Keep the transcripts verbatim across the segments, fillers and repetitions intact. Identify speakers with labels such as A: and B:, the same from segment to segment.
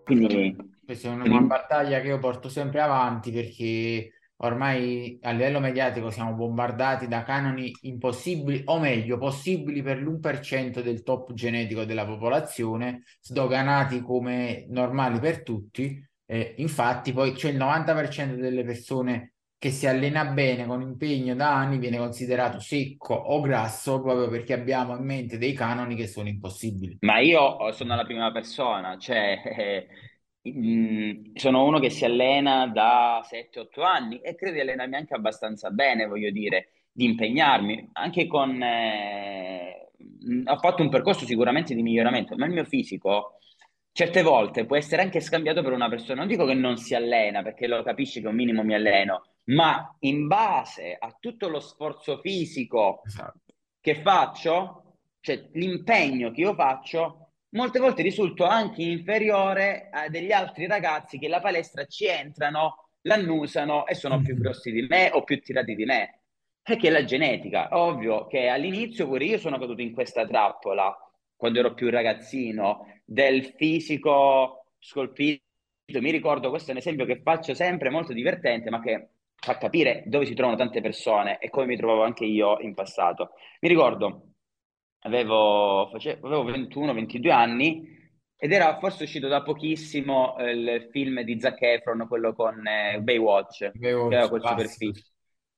A: Quindi,
B: Questa è una, una
A: quindi-
B: battaglia che io porto sempre avanti perché ormai a livello mediatico siamo bombardati da canoni impossibili, o meglio, possibili per l'uno per cento del top genetico della popolazione, sdoganati come normali per tutti. Eh, infatti, poi c'è il novanta per cento delle persone che si allena bene con impegno da anni viene considerato secco o grasso proprio perché abbiamo in mente dei canoni che sono impossibili.
A: ma io sono la prima persona, cioè eh, mm, sono uno che si allena da sette otto anni e credo di allenarmi anche abbastanza bene, voglio dire, di impegnarmi, anche con... eh, mm, ho fatto un percorso sicuramente di miglioramento, ma il mio fisico certe volte può essere anche scambiato per una persona, non dico che non si allena, perché lo capisci che un minimo mi alleno, ma in base a tutto lo sforzo fisico
B: Esatto.
A: che faccio, cioè l'impegno che io faccio, molte volte risulto anche inferiore a degli altri ragazzi che la palestra ci entrano, l'annusano e sono più grossi di me o più tirati di me. Perché è la genetica. Ovvio che all'inizio pure io sono caduto in questa trappola quando ero più ragazzino del fisico scolpito. Mi ricordo, questo è un esempio che faccio sempre, molto divertente, ma che fa capire dove si trovano tante persone e come mi trovavo anche io in passato. Mi ricordo, avevo, face- avevo ventuno ventidue anni ed era forse uscito da pochissimo eh, il film di Zac Efron, quello con eh, Baywatch, che aveva
B: Baywatch,
A: quel super
B: classico.
A: fisico.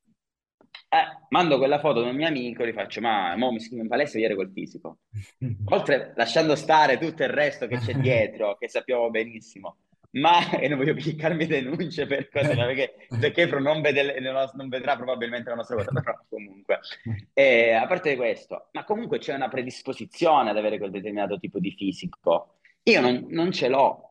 A: Eh, mando quella foto a un mio amico e gli faccio, ma mo mi scrivo in palestra a vedere quel fisico. Oltre, lasciando stare tutto il resto che c'è dietro, che sappiamo benissimo, ma, e non voglio piccarmi denunce per cose, ma perché Zac Efron non, vede le- le nos- non vedrà probabilmente la nostra cosa, però comunque. E, a parte questo, ma comunque c'è una predisposizione ad avere quel determinato tipo di fisico. Io non, non ce l'ho.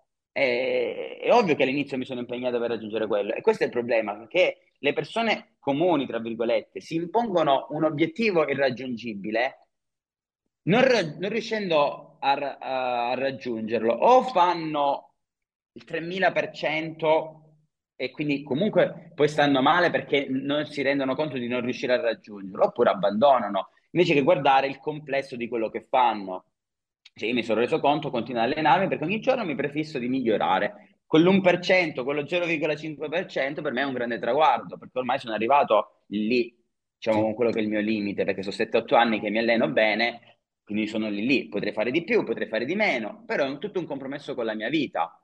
A: E- è ovvio che all'inizio mi sono impegnato per raggiungere quello, e questo è il problema, perché le persone comuni, tra virgolette, si impongono un obiettivo irraggiungibile, non, ra- non riuscendo a, ra- a raggiungerlo, o fanno il tremila per cento e quindi comunque poi stanno male perché non si rendono conto di non riuscire a raggiungerlo, oppure abbandonano, invece che guardare il complesso di quello che fanno. Cioè, io mi sono reso conto, continuo ad allenarmi perché ogni giorno mi prefisso di migliorare. Quell'uno per cento, quello zero virgola cinque per cento per me è un grande traguardo, perché ormai sono arrivato lì, diciamo,
B: Sì.
A: con quello che è il mio limite, perché sono sette otto anni che mi alleno bene, quindi sono lì lì. Potrei fare di più, potrei fare di meno, però è un- tutto un compromesso con la mia vita.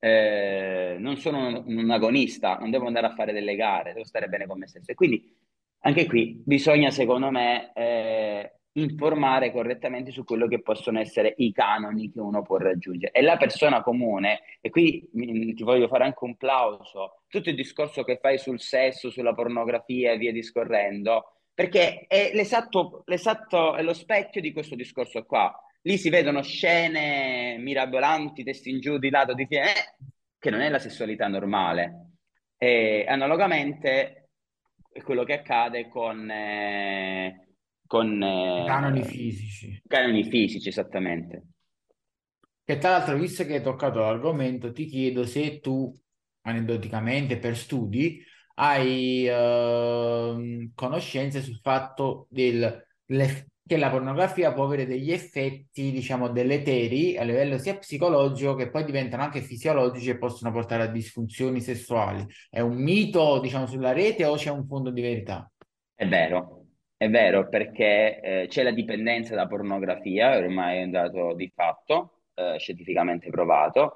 A: Eh, non sono un, un agonista, non devo andare a fare delle gare, devo stare bene con me stesso. E quindi anche qui bisogna, secondo me, eh, informare correttamente su quello che possono essere i canoni che uno può raggiungere. E la persona comune, e qui mi- ti voglio fare anche un plauso, tutto il discorso che fai sul sesso, sulla pornografia e via discorrendo, perché è l'esatto, l'esatto, è lo specchio di questo discorso qua. Lì si vedono scene mirabolanti, testi in giù, di lato, di fianco, eh, che non è la sessualità normale. E analogamente è quello che accade con, eh, con
B: I canoni
A: eh,
B: fisici.
A: canoni fisici, esattamente.
B: Che tra l'altro, visto che hai toccato l'argomento, ti chiedo se tu, aneddoticamente, per studi, hai ehm, conoscenze sul fatto del- le- che la pornografia può avere degli effetti, diciamo, deleteri a livello sia psicologico che poi diventano anche fisiologici e possono portare a disfunzioni sessuali. È un mito, diciamo, sulla rete o c'è un fondo di verità?
A: È vero, è vero perché eh, c'è la dipendenza da pornografia, ormai è un dato di fatto, eh, scientificamente provato,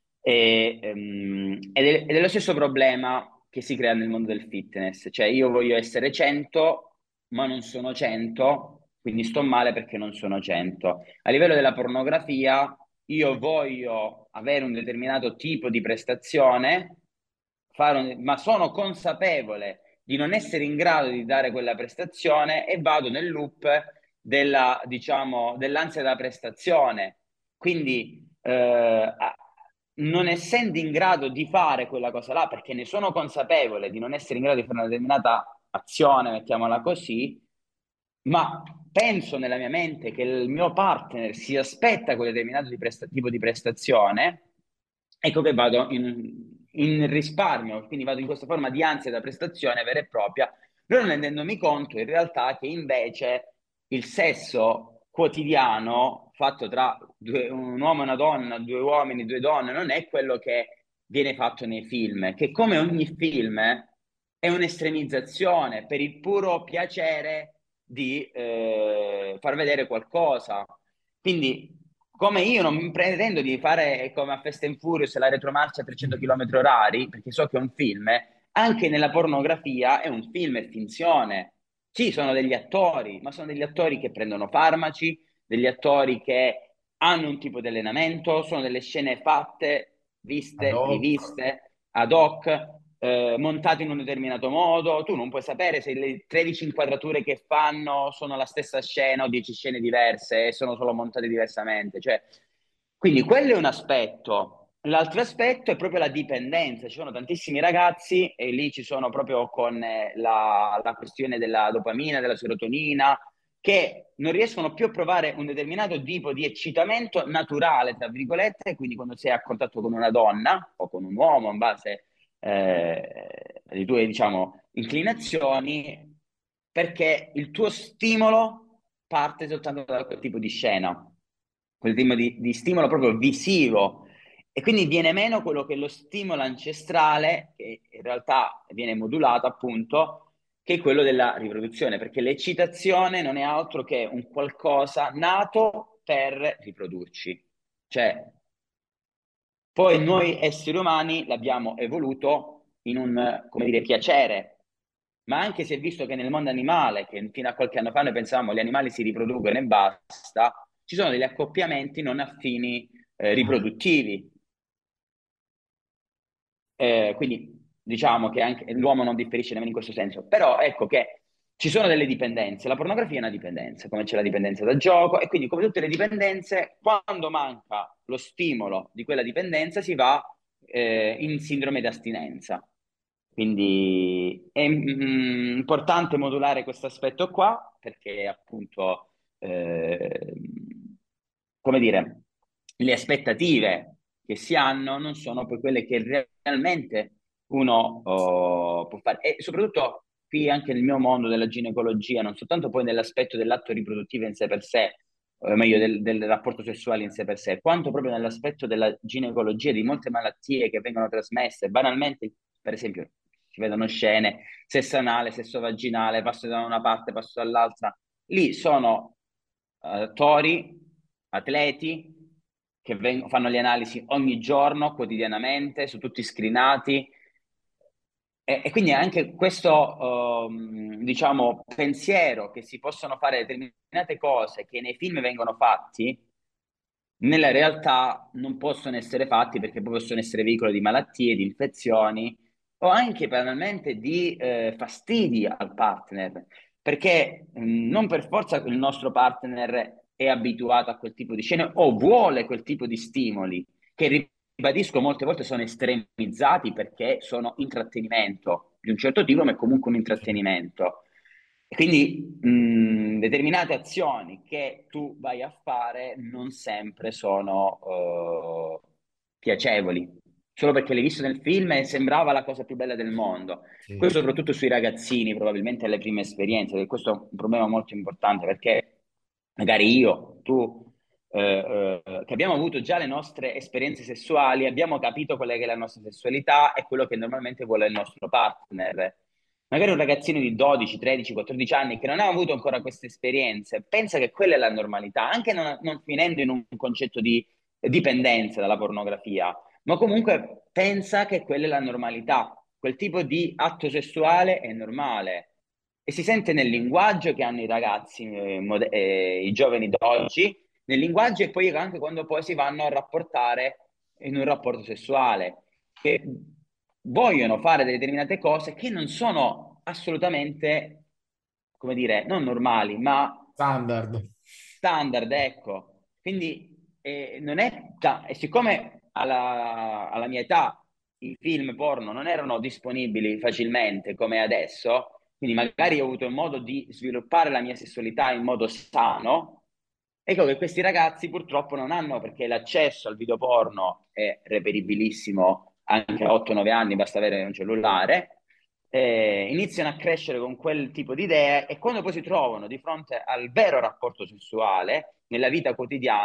A: e, ehm, ed è, ed è lo stesso problema che si crea nel mondo del fitness, cioè io voglio essere cento, ma non sono cento, quindi sto male perché non sono cento. A livello della pornografia, io voglio avere un determinato tipo di prestazione, fare un- ma sono consapevole di non essere in grado di dare quella prestazione e vado nel loop della, diciamo, dell'ansia da prestazione. Quindi, eh, non essendo in grado di fare quella cosa là, perché ne sono consapevole di non essere in grado di fare una determinata azione, mettiamola così, ma penso nella mia mente che il mio partner si aspetta quel determinato di presta- tipo di prestazione, ecco che vado in, in risparmio, quindi vado in questa forma di ansia da prestazione vera e propria, non rendendomi conto in realtà che invece il sesso quotidiano fatto tra due, un uomo e una donna, due uomini, due donne, non è quello che viene fatto nei film, che come ogni film è un'estremizzazione per il puro piacere di eh, far vedere qualcosa. Quindi, come io non mi pretendo di fare come a Fast and Furious la retromarcia a trecento chilometri orari, perché so che è un film, anche nella pornografia è un film, è finzione. Sì, sono degli attori, ma sono degli attori che prendono farmaci, degli attori che hanno un tipo di allenamento, sono delle scene fatte,
B: Ad
A: viste,
B: hoc.
A: riviste, ad hoc, eh, montate in un determinato modo. Tu non puoi sapere se le tredici inquadrature che fanno sono la stessa scena o dieci scene diverse e sono solo montate diversamente. Cioè, quindi quello è un aspetto. L'altro aspetto è proprio la dipendenza. Ci sono tantissimi ragazzi e lì ci sono proprio con eh, la, la questione della dopamina, della serotonina, che non riescono più a provare un determinato tipo di eccitamento naturale, tra virgolette, quindi quando sei a contatto con una donna o con un uomo in base eh, alle tue, diciamo, inclinazioni, perché il tuo stimolo parte soltanto da quel tipo di scena, quel tipo di, di stimolo proprio visivo. E quindi viene meno quello che è lo stimolo ancestrale, che in realtà viene modulato appunto, che è quello della riproduzione, perché l'eccitazione non è altro che un qualcosa nato per riprodurci. Cioè, poi noi esseri umani l'abbiamo evoluto in un, come dire, piacere, ma anche si è visto che nel mondo animale, che fino a qualche anno fa noi pensavamo gli animali si riproducono e basta, ci sono degli accoppiamenti non affini eh, riproduttivi. Eh, quindi diciamo che anche l'uomo non differisce nemmeno in questo senso, però ecco che ci sono delle dipendenze, la pornografia è una dipendenza, come c'è la dipendenza da gioco e quindi come tutte le dipendenze, quando manca lo stimolo di quella dipendenza si va eh, in sindrome di astinenza. Quindi è mm, importante modulare questo aspetto qua perché appunto, eh, come dire, le aspettative che si hanno non sono poi quelle che realmente uno oh, può fare. E soprattutto qui anche nel mio mondo della ginecologia, non soltanto poi nell'aspetto dell'atto riproduttivo in sé per sé, o meglio del, del rapporto sessuale in sé per sé, quanto proprio nell'aspetto della ginecologia di molte malattie che vengono trasmesse banalmente, per esempio, si vedono scene, sesso anale, sesso vaginale, passo da una parte, passo dall'altra. Lì sono eh, attori, atleti che veng- fanno le analisi ogni giorno, quotidianamente, su tutti screenati. E, e quindi anche questo, ehm, diciamo, pensiero che si possono fare determinate cose che nei film vengono fatti, nella realtà non possono essere fatti perché poi possono essere veicolo di malattie, di infezioni o anche banalmente di eh, fastidi al partner, perché mh, non per forza il nostro partner è abituato a quel tipo di scene o vuole quel tipo di stimoli, che ribadisco molte volte sono estremizzati perché sono intrattenimento di un certo tipo, ma è comunque un intrattenimento. E quindi mh, determinate azioni che tu vai a fare non sempre sono eh, piacevoli, solo perché l'hai visto nel film e sembrava la cosa più bella del mondo.
B: Sì.
A: Questo soprattutto sui ragazzini, probabilmente alle prime esperienze, e questo è un problema molto importante perché magari io, tu, eh, eh, che abbiamo avuto già le nostre esperienze sessuali, abbiamo capito quella che è la nostra sessualità e quello che normalmente vuole il nostro partner. Magari un ragazzino di dodici, tredici, quattordici anni che non ha avuto ancora queste esperienze, pensa che quella è la normalità, anche non, non finendo in un concetto di dipendenza dalla pornografia, ma comunque pensa che quella è la normalità. Quel tipo di atto sessuale è normale e si sente nel linguaggio che hanno i ragazzi, eh, mode- eh, i giovani d'oggi, nel linguaggio e poi anche quando poi si vanno a rapportare in un rapporto sessuale, che vogliono fare delle determinate cose che non sono assolutamente, come dire, non normali, ma
B: Standard.
A: standard, ecco. Quindi eh, non è ta- e siccome alla, alla mia età i film porno non erano disponibili facilmente come adesso, quindi magari ho avuto il modo di sviluppare la mia sessualità in modo sano, ecco che questi ragazzi purtroppo non hanno perché l'accesso al video porno è reperibilissimo anche a otto nove anni, basta avere un cellulare, eh, iniziano a crescere con quel tipo di idee e quando poi si trovano di fronte al vero rapporto sessuale nella vita quotidiana,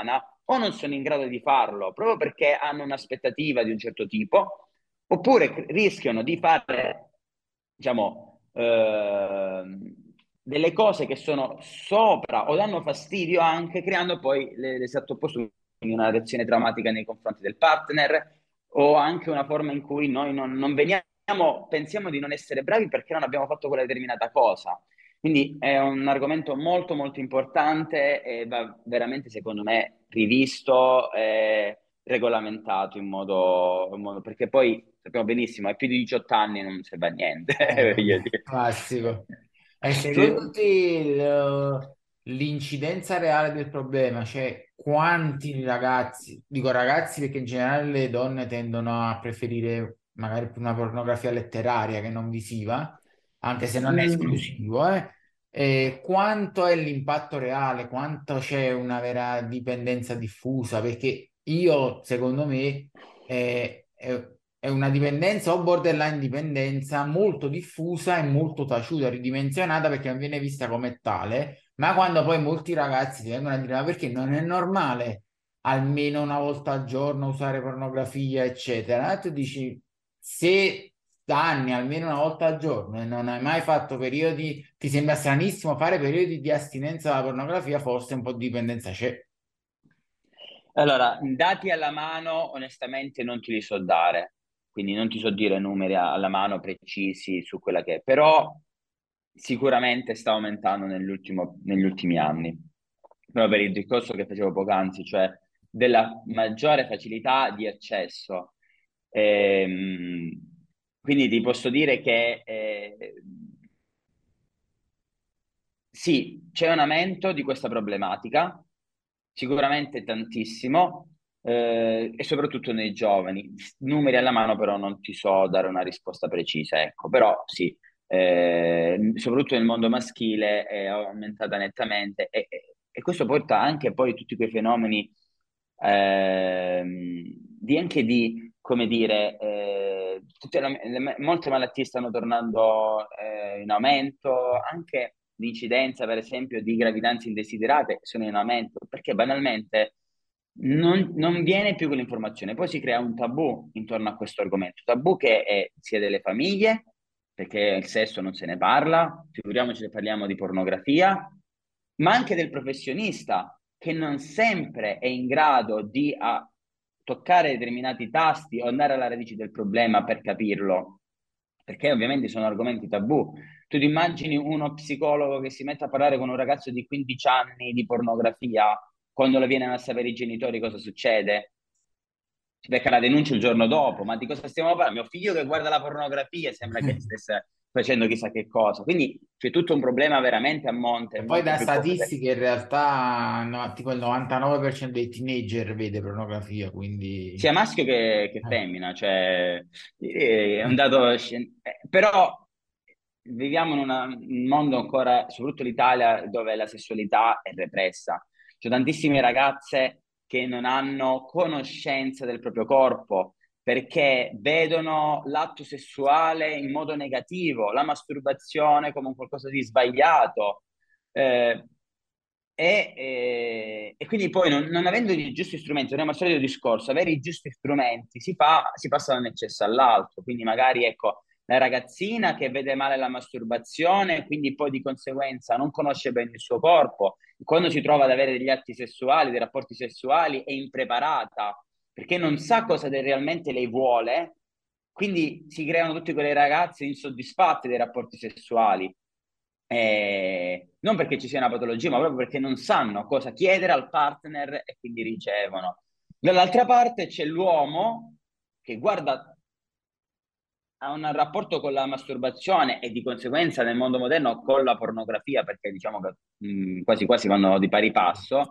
A: o non sono in grado di farlo proprio perché hanno un'aspettativa di un certo tipo, oppure cr- rischiano di fare, diciamo, ehm, delle cose che sono sopra o danno fastidio anche, creando poi le- l'esatto opposto, quindi una reazione traumatica nei confronti del partner o anche una forma in cui noi non, non veniamo, pensiamo di non essere bravi perché non abbiamo fatto quella determinata cosa. Quindi è un argomento molto molto importante e va veramente, secondo me, rivisto e regolamentato in modo, in modo- perché poi sappiamo benissimo, hai più di diciotto anni non serve a niente.
B: Eh,
A: voglio
B: vabbè,
A: dire.
B: classico. E secondo
A: Sì.
B: te il- l'incidenza reale del problema, cioè quanti ragazzi, dico ragazzi perché in generale le donne tendono a preferire magari più una pornografia letteraria che non visiva, anche se non è
A: Mm.
B: esclusivo, eh? E quanto è l'impatto reale, quanto c'è una vera dipendenza diffusa, perché io, secondo me, è, è- è una dipendenza o borderline dipendenza molto diffusa e molto taciuta, ridimensionata perché non viene vista come tale, ma quando poi molti ragazzi ti vengono a dire ma perché non è normale almeno una volta al giorno usare pornografia, eccetera, e tu dici se da anni almeno una volta al giorno e non hai mai fatto periodi, ti sembra stranissimo fare periodi di astinenza dalla pornografia, forse un po' di dipendenza c'è.
A: Allora, dati alla mano, onestamente non te li so dare, quindi non ti so dire numeri a- alla mano precisi su quella che è, però sicuramente sta aumentando nell'ultimo- negli ultimi anni, proprio per il discorso che facevo poc'anzi, cioè della maggiore facilità di accesso. Ehm, quindi ti posso dire che eh, sì, c'è un aumento di questa problematica, sicuramente tantissimo, eh, e soprattutto nei giovani. Numeri alla mano, però non ti so dare una risposta precisa, ecco, però sì, eh, soprattutto nel mondo maschile è aumentata nettamente e, e- e questo porta anche poi tutti quei fenomeni ehm, di anche di, come dire, eh, tutte le- le- molte malattie stanno tornando eh, in aumento, anche l'incidenza, per esempio, di gravidanze indesiderate sono in aumento, perché banalmente non, non viene più quell'informazione. Poi si crea un tabù intorno a questo argomento, tabù che è sia delle famiglie, perché il sesso non se ne parla, figuriamoci se parliamo di pornografia, ma anche del professionista che non sempre è in grado di a, toccare determinati tasti o andare alla radice del problema per capirlo, perché ovviamente sono argomenti tabù. Tu ti immagini uno psicologo che si mette a parlare con un ragazzo di quindici anni di pornografia, quando lo viene a sapere i genitori cosa succede? Si becca la denuncia il giorno dopo, ma di cosa stiamo parlando? Mio figlio che guarda la pornografia sembra che stesse facendo chissà che cosa. Quindi c'è tutto un problema veramente a monte,
B: E poi
A: molto
B: da
A: più complesso,
B: statistiche in realtà no, tipo il novantanove per cento dei teenager vede pornografia, quindi...
A: sia maschio che, che
B: eh.
A: femmina, cioè eh, è un dato scien- eh, però viviamo in una- un mondo ancora, soprattutto l'Italia, dove la sessualità è repressa. C'è tantissime ragazze che non hanno conoscenza del proprio corpo perché vedono l'atto sessuale in modo negativo, la masturbazione come un qualcosa di sbagliato. Eh, e, e- e quindi poi non, non avendo i giusti strumenti, torniamo al solito discorso, avere i giusti strumenti si fa, si passa da un eccesso all'altro, quindi magari ecco la ragazzina che vede male la masturbazione, quindi poi di conseguenza non conosce bene il suo corpo, quando si trova ad avere degli atti sessuali, dei rapporti sessuali, è impreparata perché non sa cosa de- realmente lei vuole, quindi si creano tutte quelle ragazze insoddisfatte dei rapporti sessuali. Eh, non perché ci sia una patologia, ma proprio perché non sanno cosa chiedere al partner e quindi ricevono. Dall'altra parte c'è l'uomo che guarda, ha un rapporto con la masturbazione e di conseguenza nel mondo moderno con la pornografia, perché diciamo che mh, quasi quasi vanno di pari passo,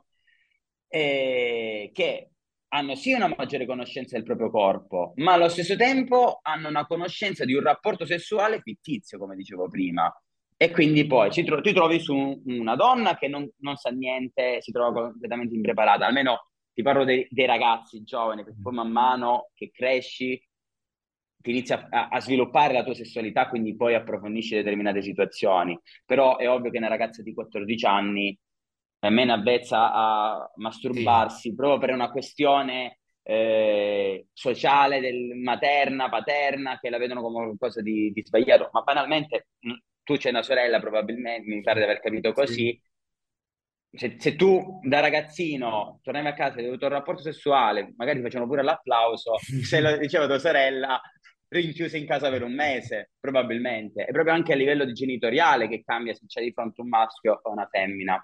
A: eh, che hanno sì una maggiore conoscenza del proprio corpo, ma allo stesso tempo hanno una conoscenza di un rapporto sessuale fittizio, come dicevo prima. E quindi poi ci tro- ti trovi su un- una donna che non, non sa niente, si trova completamente impreparata, almeno ti parlo dei, dei ragazzi giovani, perché poi man mano che cresci ti inizi a, a- a sviluppare la tua sessualità, quindi poi approfondisci determinate situazioni. Però è ovvio che una ragazza di quattordici anni è meno avvezza a
B: Sì,
A: masturbarsi proprio per una questione eh, sociale del materna, paterna, che la vedono come qualcosa di, di sbagliato. Ma banalmente, mh, tu c'hai una sorella, probabilmente, mi pare di aver capito
B: sì.
A: così. Se, se tu da ragazzino tornavi a casa e avevi avuto un rapporto sessuale, magari ti facevano pure l'applauso, se lo diceva tua sorella, rinchiusa in casa per un mese, probabilmente. È proprio anche a livello di genitoriale che cambia se c'è di fronte un maschio o una femmina.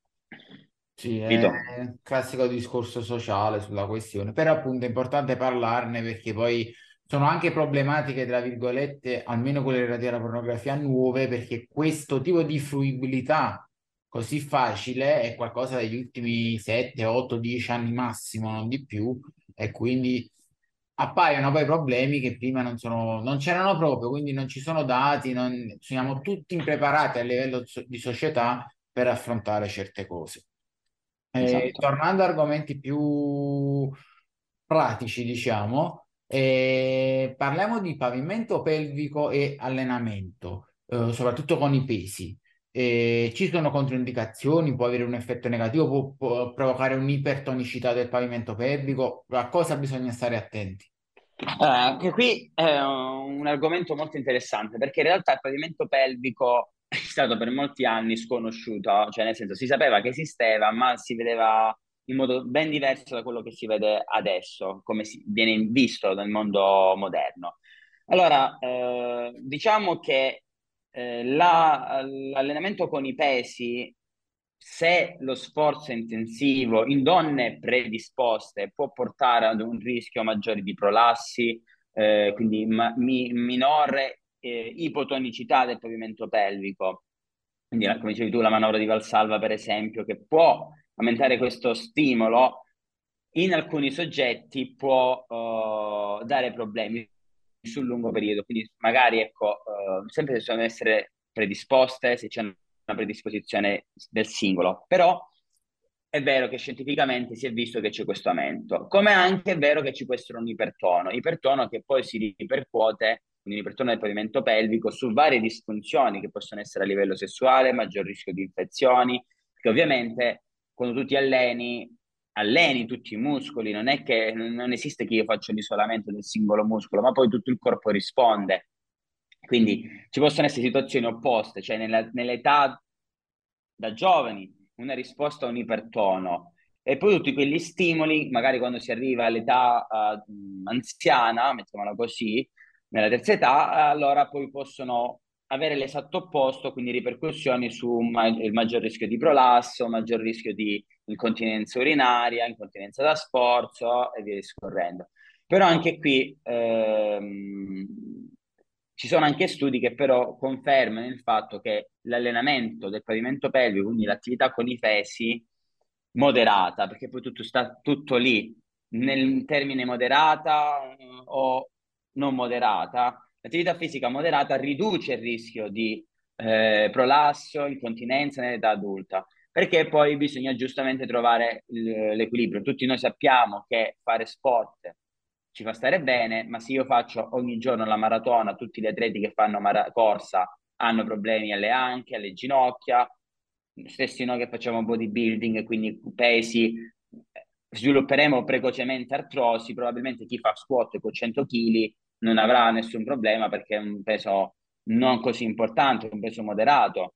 B: Sì, è
A: Capito?
B: un classico discorso sociale sulla questione, però appunto è importante parlarne perché poi sono anche problematiche, tra virgolette, almeno quelle relative alla pornografia nuove, perché questo tipo di fruibilità così facile è qualcosa degli ultimi sette, otto, dieci anni massimo, non di più, e quindi appaiono poi problemi che prima non sono, non c'erano proprio, quindi non ci sono dati, non, siamo tutti impreparati a livello so- di società per affrontare certe cose. Eh,
A: Esatto.
B: tornando a argomenti più pratici, diciamo, eh, parliamo di pavimento pelvico e allenamento, eh, soprattutto con i pesi. Eh, ci sono controindicazioni, può avere un effetto negativo, può, può provocare un'ipertonicità del pavimento pelvico. A cosa bisogna stare attenti?
A: Eh, anche qui è un argomento molto interessante perché in realtà il pavimento pelvico è stato per molti anni sconosciuto, cioè nel senso si sapeva che esisteva, ma si vedeva in modo ben diverso da quello che si vede adesso, come si, viene visto nel mondo moderno. Allora, eh, diciamo che eh, la- l'allenamento con i pesi, se lo sforzo è intensivo in donne predisposte, può portare ad un rischio maggiore di prolassi, eh, quindi ma- mi- minore eh, ipotonicità del pavimento pelvico. Quindi, la- come dicevi tu, la manovra di Valsalva, per esempio, che può aumentare questo stimolo, in alcuni soggetti può eh, dare problemi sul lungo periodo. Quindi, magari, ecco, eh, sempre se devono essere predisposte, se c'è una predisposizione del singolo, però è vero che scientificamente si è visto che c'è questo aumento, come anche è vero che ci può essere un ipertono, ipertono che poi si ripercuote, quindi un ipertono del pavimento pelvico, su varie disfunzioni che possono essere a livello sessuale, maggior rischio di infezioni, che ovviamente quando tu ti alleni, alleni tutti i muscoli, non è che non esiste che io faccio l'isolamento del singolo muscolo, ma poi tutto il corpo risponde. Quindi ci possono essere situazioni opposte, cioè nella- nell'età da giovani, una risposta a un ipertono. E poi tutti quegli stimoli, magari quando si arriva all'età uh, anziana, mettiamola così, nella terza età, allora poi possono avere l'esatto opposto, quindi ripercussioni su un ma- il maggior rischio di prolasso, maggior rischio di incontinenza urinaria, incontinenza da sforzo e via discorrendo. Però anche qui ehm, ci sono anche studi che però confermano il fatto che l'allenamento del pavimento pelvico, quindi l'attività con i pesi, moderata, perché poi tutto sta tutto lì, nel termine moderata eh, o non moderata, l'attività fisica moderata riduce il rischio di eh, prolasso, incontinenza nell'età adulta, perché poi bisogna giustamente trovare l- l'equilibrio. Tutti noi sappiamo che fare sport ci fa stare bene, ma se io faccio ogni giorno la maratona, tutti gli atleti che fanno mara- corsa hanno problemi alle anche, alle ginocchia, stessi noi che facciamo bodybuilding, quindi pesi, eh, svilupperemo precocemente artrosi, probabilmente chi fa squat con cento chili non avrà nessun problema perché è un peso non così importante, un peso moderato.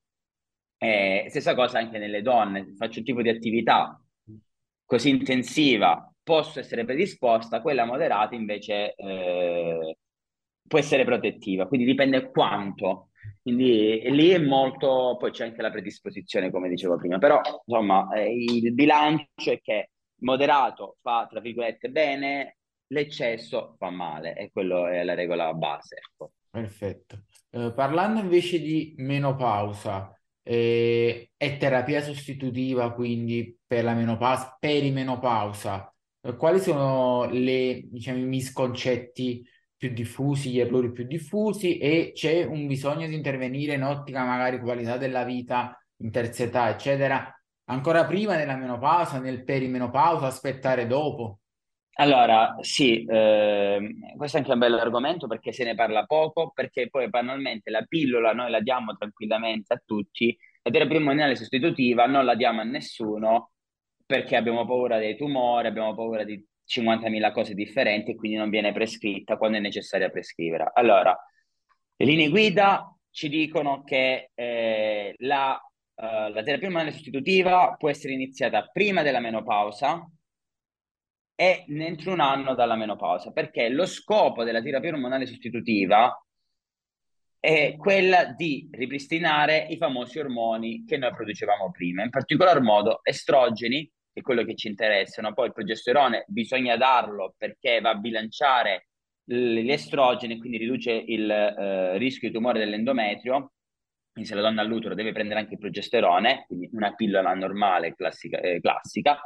A: Eh, stessa cosa anche nelle donne, faccio un tipo di attività così intensiva, posso essere predisposta, quella moderata invece eh, può essere protettiva, quindi dipende quanto. Quindi e lì è molto, poi c'è anche la predisposizione, come dicevo prima, però insomma eh, il bilancio è che moderato fa, tra virgolette, bene, l'eccesso fa male e quello è la regola base. Ecco.
B: Perfetto. Eh, parlando invece di menopausa, eh, è terapia sostitutiva, quindi per la menopausa, perimenopausa, eh, quali sono le, diciamo, i misconcetti più diffusi, gli errori più diffusi e c'è un bisogno di intervenire in ottica magari qualità della vita, in terza età, eccetera, ancora prima della menopausa, nel perimenopausa, aspettare dopo?
A: Allora, sì, ehm, questo è anche un bello argomento perché se ne parla poco, perché poi banalmente la pillola noi la diamo tranquillamente a tutti, La terapia ormonale sostitutiva non la diamo a nessuno perché abbiamo paura dei tumori, abbiamo paura di cinquantamila cose differenti e quindi non viene prescritta quando è necessaria prescrivere. Allora, le linee guida ci dicono che eh, la, eh, la terapia ormonale sostitutiva può essere iniziata prima della menopausa e entro un anno dalla menopausa, perché lo scopo della terapia ormonale sostitutiva è quella di ripristinare i famosi ormoni che noi producevamo prima, in particolar modo estrogeni, che è quello che ci interessano. Poi il progesterone bisogna darlo perché va a bilanciare gli estrogeni e quindi riduce il eh, rischio di tumore dell'endometrio. Quindi se la donna all'utero deve prendere anche il progesterone, quindi una pillola normale, classica, eh, classica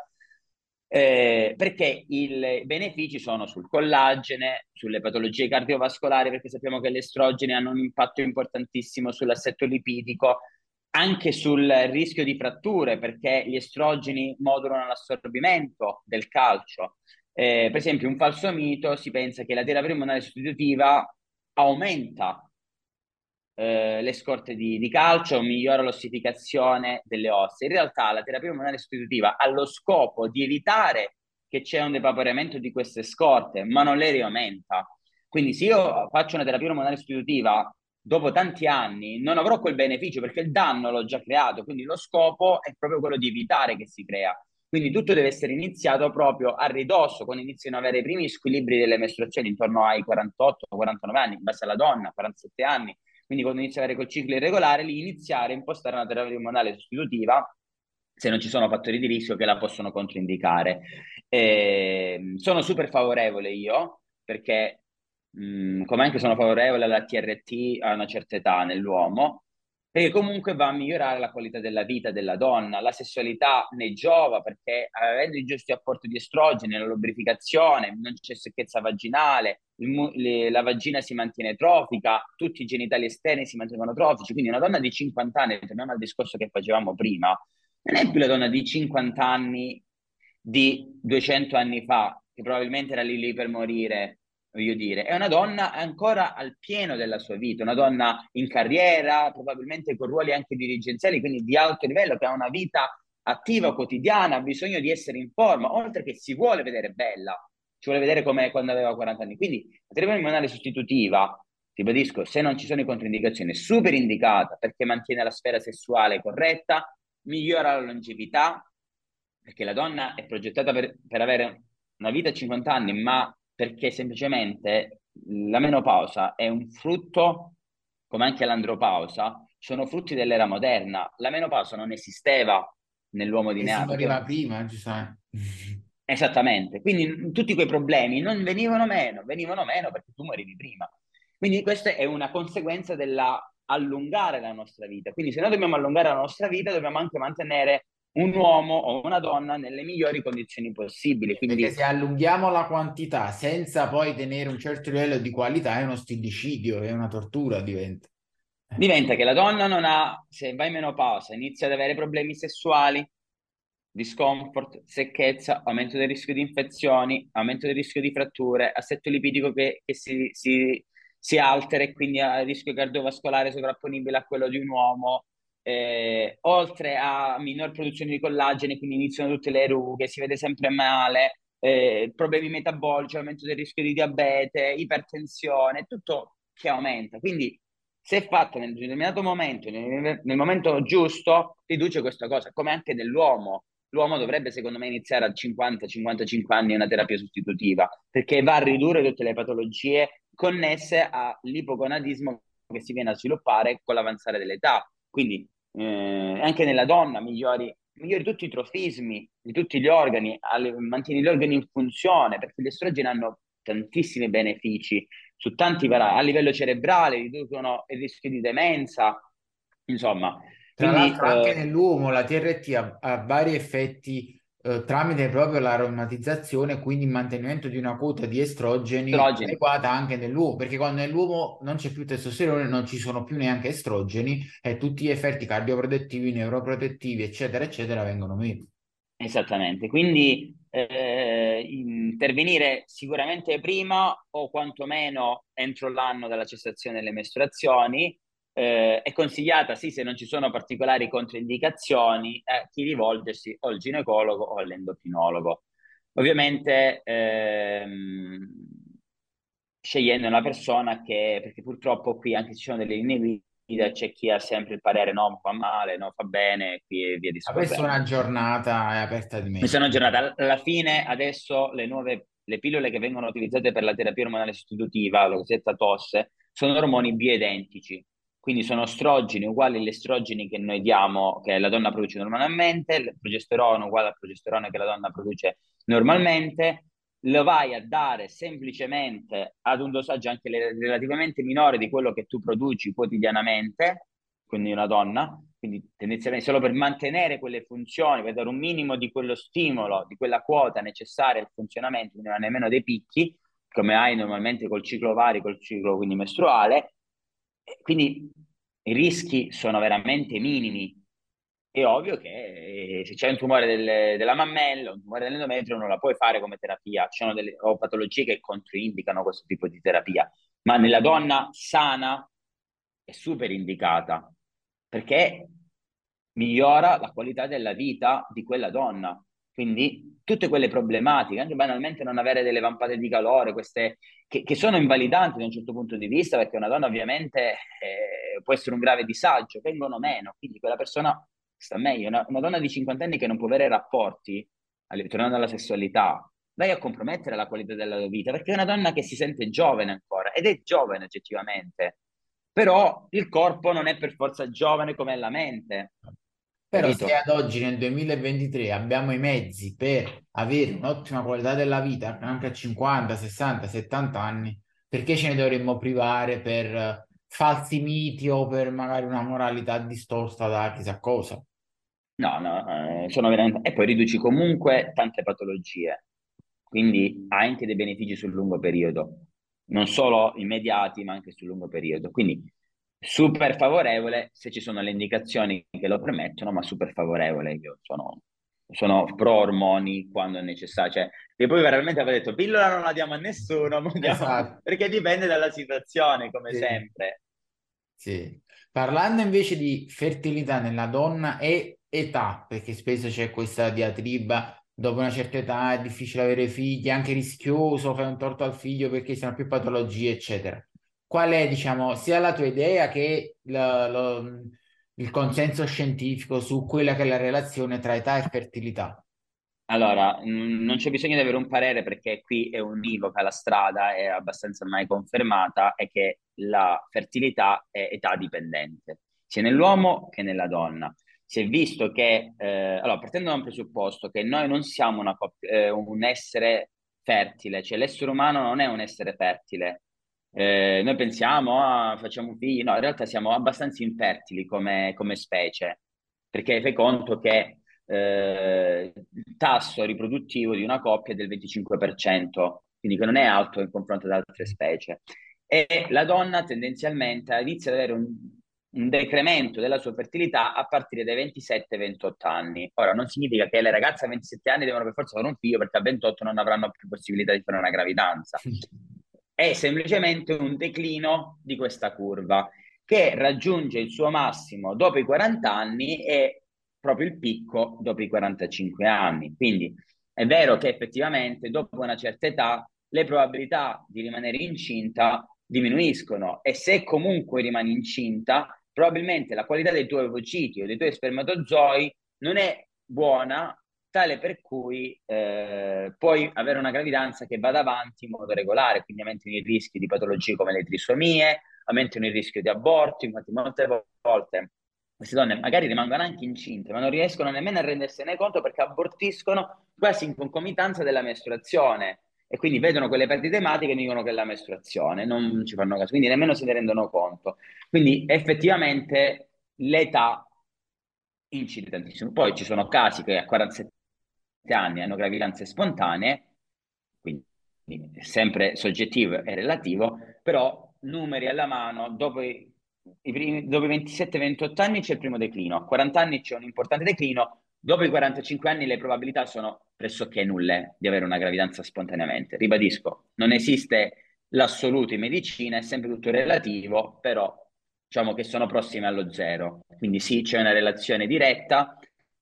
A: eh, perché i benefici sono sul collagene, sulle patologie cardiovascolari, perché sappiamo che gli estrogeni hanno un impatto importantissimo sull'assetto lipidico, anche sul rischio di fratture, perché gli estrogeni modulano l'assorbimento del calcio. Eh, per esempio, un falso mito, si pensa che la terapia ormonale sostitutiva aumenta eh, le scorte di, di calcio, migliora l'ossificazione delle ossa. In realtà la terapia ormonale sostitutiva ha lo scopo di evitare che c'è un devaporamento di queste scorte, ma non le riaumenta. Quindi se io faccio una terapia ormonale sostitutiva, dopo tanti anni non avrò quel beneficio perché il danno l'ho già creato, quindi lo scopo è proprio quello di evitare che si crea. Quindi tutto deve essere iniziato proprio a ridosso, quando iniziano ad avere i primi squilibri delle mestruazioni, intorno ai quarantotto quarantanove anni, in base alla donna, quarantasette anni, quindi quando inizia a avere col ciclo irregolare, lì iniziare a impostare una terapia ormonale sostitutiva se non ci sono fattori di rischio che la possono controindicare. Eh, sono super favorevole io, perché mh, come anche sono favorevole alla T R T a una certa età nell'uomo, perché comunque va a migliorare la qualità della vita della donna, la sessualità ne giova perché avendo il giusto apporto di estrogeni, la lubrificazione, non c'è secchezza vaginale, il mu- le- la vagina si mantiene trofica, tutti i genitali esterni si mantengono trofici, quindi una donna di cinquanta anni, torniamo al discorso che facevamo prima, non è più la donna di cinquanta anni di duecento anni fa, che probabilmente era lì lì per morire, voglio dire, è una donna ancora al pieno della sua vita, una donna in carriera, probabilmente con ruoli anche dirigenziali, quindi di alto livello, che ha una vita attiva quotidiana, ha bisogno di essere in forma, oltre che si vuole vedere bella, ci vuole vedere come quando aveva quaranta anni. Quindi la terapia ormonale sostitutiva, ribadisco, se non ci sono i controindicazioni, è super indicata perché mantiene la sfera sessuale corretta, migliora la longevità, perché la donna è progettata per, per avere una vita a cinquanta anni, ma perché semplicemente la menopausa è un frutto, come anche l'andropausa, sono frutti dell'era moderna. La menopausa non esisteva nell'uomo di
B: E si
A: Neanderthal,
B: moriva
A: perché
B: prima, ci sai.
A: esattamente, quindi tutti quei problemi non venivano meno, venivano meno perché tu morivi prima. Quindi questa è una conseguenza della allungare la nostra vita. Quindi se noi dobbiamo allungare la nostra vita, dobbiamo anche mantenere un uomo o una donna nelle migliori condizioni possibili.
B: Perché
A: Quindi
B: se allunghiamo la quantità senza poi tenere un certo livello di qualità è uno stillicidio, è una tortura diventa.
A: diventa che la donna non ha, se va in menopausa, inizia ad avere problemi sessuali, discomfort, secchezza, aumento del rischio di infezioni, aumento del rischio di fratture, assetto lipidico che, che si, si, si altera e quindi ha il rischio cardiovascolare sovrapponibile a quello di un uomo, eh, oltre a minor produzione di collagene, quindi iniziano tutte le rughe, si vede sempre male, eh, problemi metabolici, aumento del rischio di diabete, ipertensione, tutto che aumenta. Quindi se fatta nel determinato momento, nel, nel momento giusto, riduce questa cosa, come anche nell'uomo. L'uomo dovrebbe, secondo me, iniziare a cinquanta cinquantacinque anni una terapia sostitutiva, perché va a ridurre tutte le patologie connesse all'ipogonadismo che si viene a sviluppare con l'avanzare dell'età. Quindi eh, anche nella donna migliori, migliori tutti i trofismi di tutti gli organi, alle, mantieni gli organi in funzione, perché gli estrogeni hanno tantissimi benefici su tanti vari, a livello cerebrale, riducono il rischio di demenza, insomma.
B: Tra
A: Quindi
B: l'altro anche
A: eh,
B: nell'uomo la T R T ha, ha vari effetti eh, tramite proprio l'aromatizzazione e quindi il mantenimento di una quota di estrogeni
A: estrogeni,
B: adeguata anche nell'uomo, perché quando nell'uomo non c'è più testosterone, non ci sono più neanche estrogeni e tutti gli effetti cardioprotettivi, neuroprotettivi, eccetera, eccetera, vengono meno.
A: esattamente. Quindi eh, intervenire sicuramente prima o quantomeno entro l'anno dalla cessazione delle mestruazioni, eh, è consigliata, sì, se non ci sono particolari controindicazioni, eh, chi rivolgersi o al ginecologo o all'endocrinologo. Ovviamente ehm, scegliendo una persona che, perché purtroppo qui anche ci sono delle linee guida, c'è chi ha sempre il parere no, fa male, no, fa bene, qui e via
B: Ma questa è una
A: discorrendo.
B: giornata è aperta di
A: Mi sono
B: mente.
A: aggiornata. Alla fine, adesso le nuove le pillole che vengono utilizzate per la terapia ormonale sostitutiva, la cosiddetta tosse, sono ormoni bioidentici. Quindi sono estrogeni uguali agli estrogeni che noi diamo, che la donna produce normalmente, il progesterone uguale al progesterone che la donna produce normalmente. Lo vai a dare semplicemente ad un dosaggio anche relativamente minore di quello che tu produci quotidianamente, quindi una donna, quindi tendenzialmente solo per mantenere quelle funzioni, per dare un minimo di quello stimolo, di quella quota necessaria al funzionamento, quindi non nemmeno dei picchi, come hai normalmente col ciclo ovario, col ciclo quindi mestruale. Quindi i rischi sono veramente minimi. È ovvio che eh, se c'è un tumore del- della mammella, un tumore dell'endometrio, non la puoi fare come terapia. Ci sono delle o patologie che controindicano questo tipo di terapia, ma nella donna sana è super indicata perché migliora la qualità della vita di quella donna. Quindi tutte quelle problematiche, anche banalmente non avere delle vampate di calore, queste che, che sono invalidanti da un certo punto di vista, perché una donna ovviamente eh, può essere un grave disagio, vengono meno, quindi quella persona sta meglio. Una, una donna di cinquanta anni che non può avere rapporti, alle- tornando alla sessualità, vai a compromettere la qualità della vita, perché è una donna che si sente giovane ancora, ed è giovane oggettivamente, però il corpo non è per forza giovane come la mente,
B: Però se
A: capito?
B: ad oggi nel duemilaventitré abbiamo i mezzi per avere un'ottima qualità della vita anche a cinquanta, sessanta, settanta anni, perché ce ne dovremmo privare per eh, falsi miti o per magari una moralità distorta da chissà cosa?
A: No, no, eh, sono veramente... E poi riduci comunque tante patologie, quindi hai anche dei benefici sul lungo periodo, non solo immediati, ma anche sul lungo periodo. Quindi super favorevole se ci sono le indicazioni che lo permettono, ma super favorevole. Io sono, sono pro ormoni quando è necessario. Cioè, che poi veramente avevo detto, pillola non la diamo a nessuno, ma diamo-
B: Esatto.
A: perché dipende dalla situazione, come
B: Sì.
A: sempre.
B: Sì. Parlando invece di fertilità nella donna e età, perché spesso c'è questa diatriba, dopo una certa età è difficile avere figli, è anche rischioso, fai un torto al figlio perché ci sono più patologie, eccetera. Qual è, diciamo, sia la tua idea che la- lo- il consenso scientifico su quella che è la relazione tra età e fertilità?
A: Allora, mh, non c'è bisogno di avere un parere perché qui è univoca la strada, è abbastanza mai confermata, è che la fertilità è età dipendente, sia nell'uomo che nella donna. Si è visto che, eh, allora, partendo da un presupposto che noi non siamo una coppia- eh, un essere fertile, cioè l'essere umano non è un essere fertile. Eh, noi pensiamo, ah, facciamo figli, no, in realtà siamo abbastanza infertili come, come specie, perché fai conto che eh, il tasso riproduttivo di una coppia è del venticinque per cento, quindi che non è alto in confronto ad altre specie. E la donna tendenzialmente inizia ad avere un, un decremento della sua fertilità a partire dai ventisette ventotto anni. Ora, non significa che le ragazze a ventisette anni devono per forza avere un figlio perché a ventotto non avranno più possibilità di fare una gravidanza. È semplicemente un declino di questa curva che raggiunge il suo massimo dopo i quaranta anni e proprio il picco dopo i quarantacinque anni. Quindi è vero che effettivamente dopo una certa età le probabilità di rimanere incinta diminuiscono e se comunque rimani incinta, probabilmente la qualità dei tuoi ovociti o dei tuoi spermatozoi non è buona, tale per cui eh, puoi avere una gravidanza che vada avanti in modo regolare, quindi aumentano i rischi di patologie come le trisomie, aumentano il rischio di aborto, infatti molte volte queste donne magari rimangono anche incinte, ma non riescono nemmeno a rendersene conto perché abortiscono quasi in concomitanza della mestruazione e quindi vedono quelle perdite ematiche e dicono che è la mestruazione, non ci fanno caso, quindi nemmeno se ne rendono conto. Quindi effettivamente l'età incide tantissimo. Poi ci sono casi che a quarantasette anni hanno gravidanze spontanee, quindi è sempre soggettivo e relativo, però numeri alla mano, dopo i, i primi, dopo i ventisette ventotto anni c'è il primo declino, a quaranta anni c'è un importante declino, dopo i quarantacinque anni le probabilità sono pressoché nulle di avere una gravidanza spontaneamente. Ribadisco, non esiste l'assoluto in medicina, è sempre tutto relativo, però diciamo che sono prossime allo zero. Quindi sì, c'è una relazione diretta,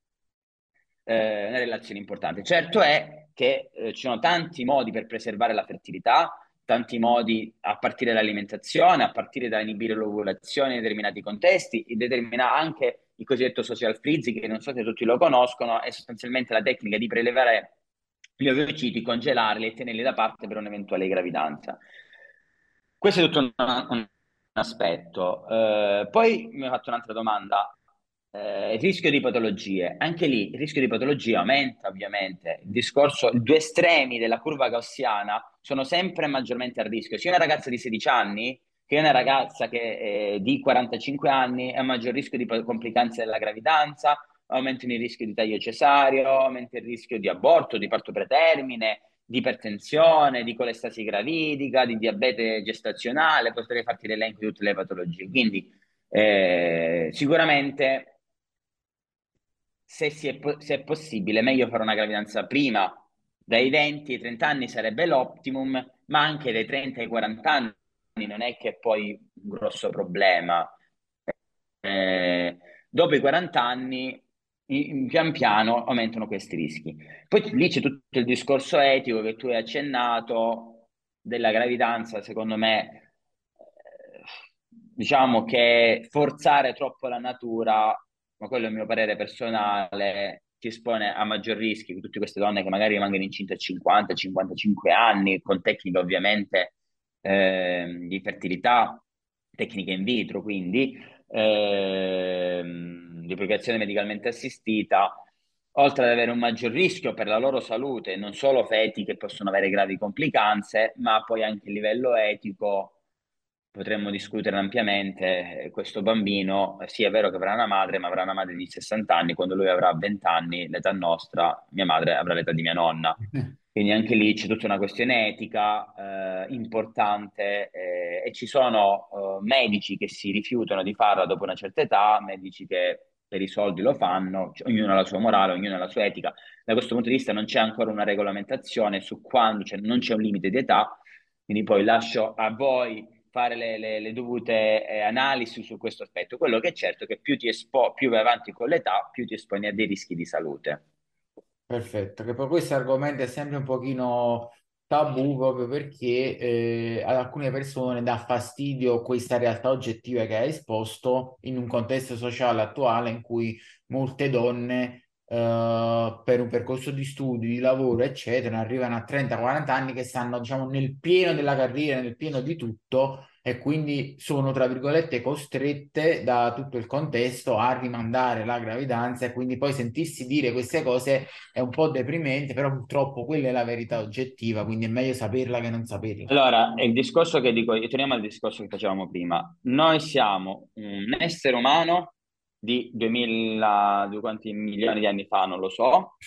A: eh, una relazione importante. Certo è che eh, ci sono tanti modi per preservare la fertilità, tanti modi a partire dall'alimentazione, a partire da inibire l'ovulazione in determinati contesti, e determina anche il cosiddetto social freezing, che non so se tutti lo conoscono, è sostanzialmente la tecnica di prelevare gli ovociti, congelarli e tenerli da parte per un'eventuale gravidanza. Questo è tutto un, un aspetto. Eh, poi mi ha fatto un'altra domanda. Eh, il rischio di patologie. Anche lì il rischio di patologie aumenta, ovviamente. Il discorso, i due estremi della curva gaussiana sono sempre maggiormente a rischio. Sia una ragazza di sedici anni che una ragazza che, eh, di quarantacinque anni ha maggior rischio di complicanze della gravidanza, aumentano il rischio di taglio cesareo, aumenta il rischio di aborto, di parto pretermine, di ipertensione, di colestasi gravidica, di diabete gestazionale, potrei farti l'elenco di tutte le patologie. Quindi eh, sicuramente se, si è, se è possibile, meglio fare una gravidanza prima, dai venti ai trenta anni sarebbe l'optimum, ma anche dai trenta ai quaranta anni non è che è poi un grosso problema. Eh, dopo i quaranta anni, in- pian piano aumentano questi rischi. Poi lì c'è tutto il discorso etico che tu hai accennato della gravidanza, secondo me, eh, diciamo che forzare troppo la natura, ma quello è il mio parere personale, ti espone a maggior rischi. Tutte queste donne che magari rimangono incinte a cinquanta cinquantacinque anni, con tecniche ovviamente ehm, di fertilità, tecniche in vitro, quindi ehm, di procreazione medicalmente assistita, oltre ad avere un maggior rischio per la loro salute, non solo feti che possono avere gravi complicanze, ma poi anche a livello etico potremmo discutere ampiamente. eh, Questo bambino, eh, sì, è vero che avrà una madre, ma avrà una madre di sessanta anni, quando lui avrà venti anni, l'età nostra, mia madre avrà l'età di mia nonna. Quindi anche lì c'è tutta una questione etica eh, importante eh, e ci sono eh, medici che si rifiutano di farla dopo una certa età, medici che per i soldi lo fanno, cioè, ognuno ha la sua morale, ognuno ha la sua etica. Da questo punto di vista non c'è ancora una regolamentazione su quando, cioè non c'è un limite di età, quindi poi lascio a voi fare le, le- le dovute eh, analisi su questo aspetto. Quello che è certo è che più ti espo- più vai avanti con l'età, più ti esponi a dei rischi di salute.
B: Perfetto, che poi questo argomento è sempre un pochino tabù proprio perché eh, ad alcune persone dà fastidio questa realtà oggettiva che hai esposto in un contesto sociale attuale in cui molte donne eh, per un percorso di studi, di lavoro, eccetera, arrivano a trenta quaranta anni che stanno, diciamo, nel pieno della carriera, nel pieno di tutto e quindi sono, tra virgolette, costrette da tutto il contesto a rimandare la gravidanza e quindi poi sentirsi dire queste cose è un po' deprimente, però purtroppo quella è la verità oggettiva, quindi è meglio saperla che non saperla.
A: Allora, è il discorso che dico, e torniamo al discorso che facevamo prima. Noi siamo un essere umano di duemila, di quanti milioni di anni fa, non lo so,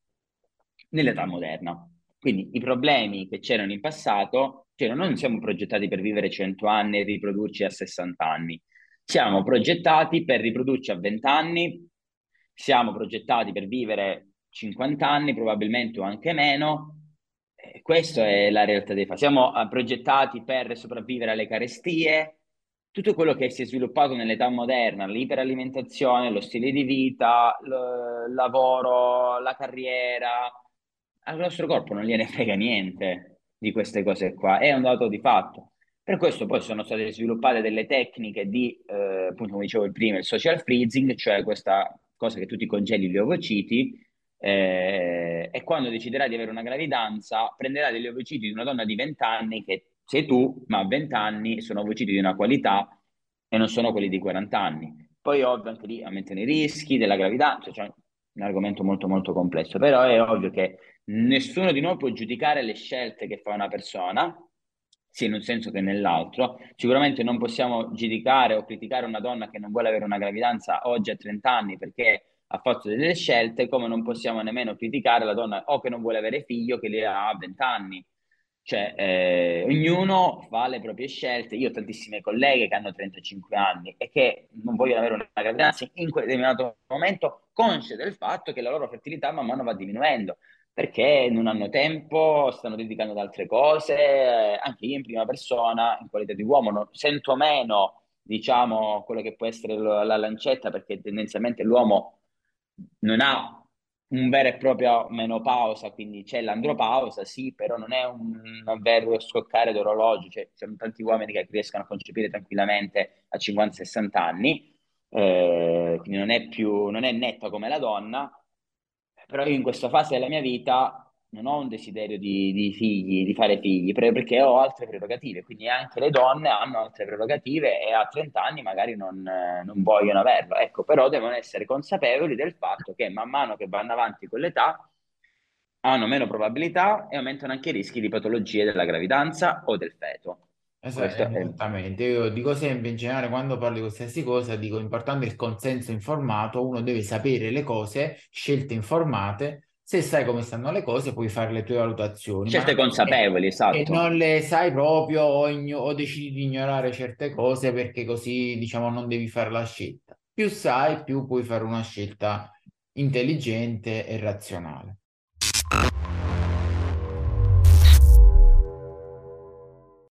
A: nell'età moderna. Quindi i problemi che c'erano in passato, cioè noi non siamo progettati per vivere cento anni e riprodurci a sessanta anni. Siamo progettati per riprodurci a venti anni, siamo progettati per vivere cinquanta anni, probabilmente o anche meno. Eh, questa è la realtà dei fatti. Siamo eh, progettati per sopravvivere alle carestie, tutto quello che si è sviluppato nell'età moderna, l'iperalimentazione, lo stile di vita, l- il lavoro, la carriera, al nostro corpo non gliene frega niente di queste cose qua, è un dato di fatto. Per questo poi sono state sviluppate delle tecniche di, eh, appunto, come dicevo prima, il social freezing, cioè questa cosa che tu ti congeli gli ovociti eh, e quando deciderai di avere una gravidanza prenderai degli ovociti di una donna di venti anni che sei tu, ma a venti anni sono ovociti di una qualità e non sono quelli di quaranta anni. Poi ovvio anche lì aumentano i rischi della gravidanza, cioè un argomento molto molto complesso, però è ovvio che nessuno di noi può giudicare le scelte che fa una persona, sia in un senso che nell'altro. Sicuramente non possiamo giudicare o criticare una donna che non vuole avere una gravidanza oggi a trenta anni perché ha fatto delle scelte, come non possiamo nemmeno criticare la donna o che non vuole avere figlio che le ha a venti anni. Cioè, eh, ognuno fa le proprie scelte. Io ho tantissime colleghe che hanno trentacinque anni e che non vogliono avere una gravidanza in quel determinato momento, consce del fatto che la loro fertilità man mano va diminuendo perché non hanno tempo, stanno dedicando ad altre cose. Eh, Anche io in prima persona, in qualità di uomo, non- sento meno diciamo, quello che può essere lo- la lancetta, perché tendenzialmente l'uomo non ha un vero e proprio menopausa, quindi c'è l'andropausa, sì, però non è un, un vero scoccare d'orologio, cioè ci sono tanti uomini che riescono a concepire tranquillamente a cinquanta sessanta anni, eh, quindi non è più, non è netto come la donna, però io in questa fase della mia vita non ho un desiderio di, di figli, di fare figli, pre- perché ho altre prerogative, quindi anche le donne hanno altre prerogative e a trenta anni magari non, eh, non vogliono averlo. Ecco, però devono essere consapevoli del fatto che man mano che vanno avanti con l'età hanno meno probabilità e aumentano anche i rischi di patologie della gravidanza o del feto.
B: Esa-
A: Questo è...
B: Esattamente, io dico sempre in generale quando parlo di qualsiasi cosa, dico importante il consenso informato, uno deve sapere le cose, scelte informate, se sai come stanno le cose puoi fare le tue valutazioni, ma
A: Scelte
B: non è
A: consapevoli,
B: che
A: esatto.
B: non le sai proprio o, igno- o decidi di ignorare certe cose perché così diciamo non devi fare la scelta. Più sai, più puoi fare una scelta intelligente e razionale.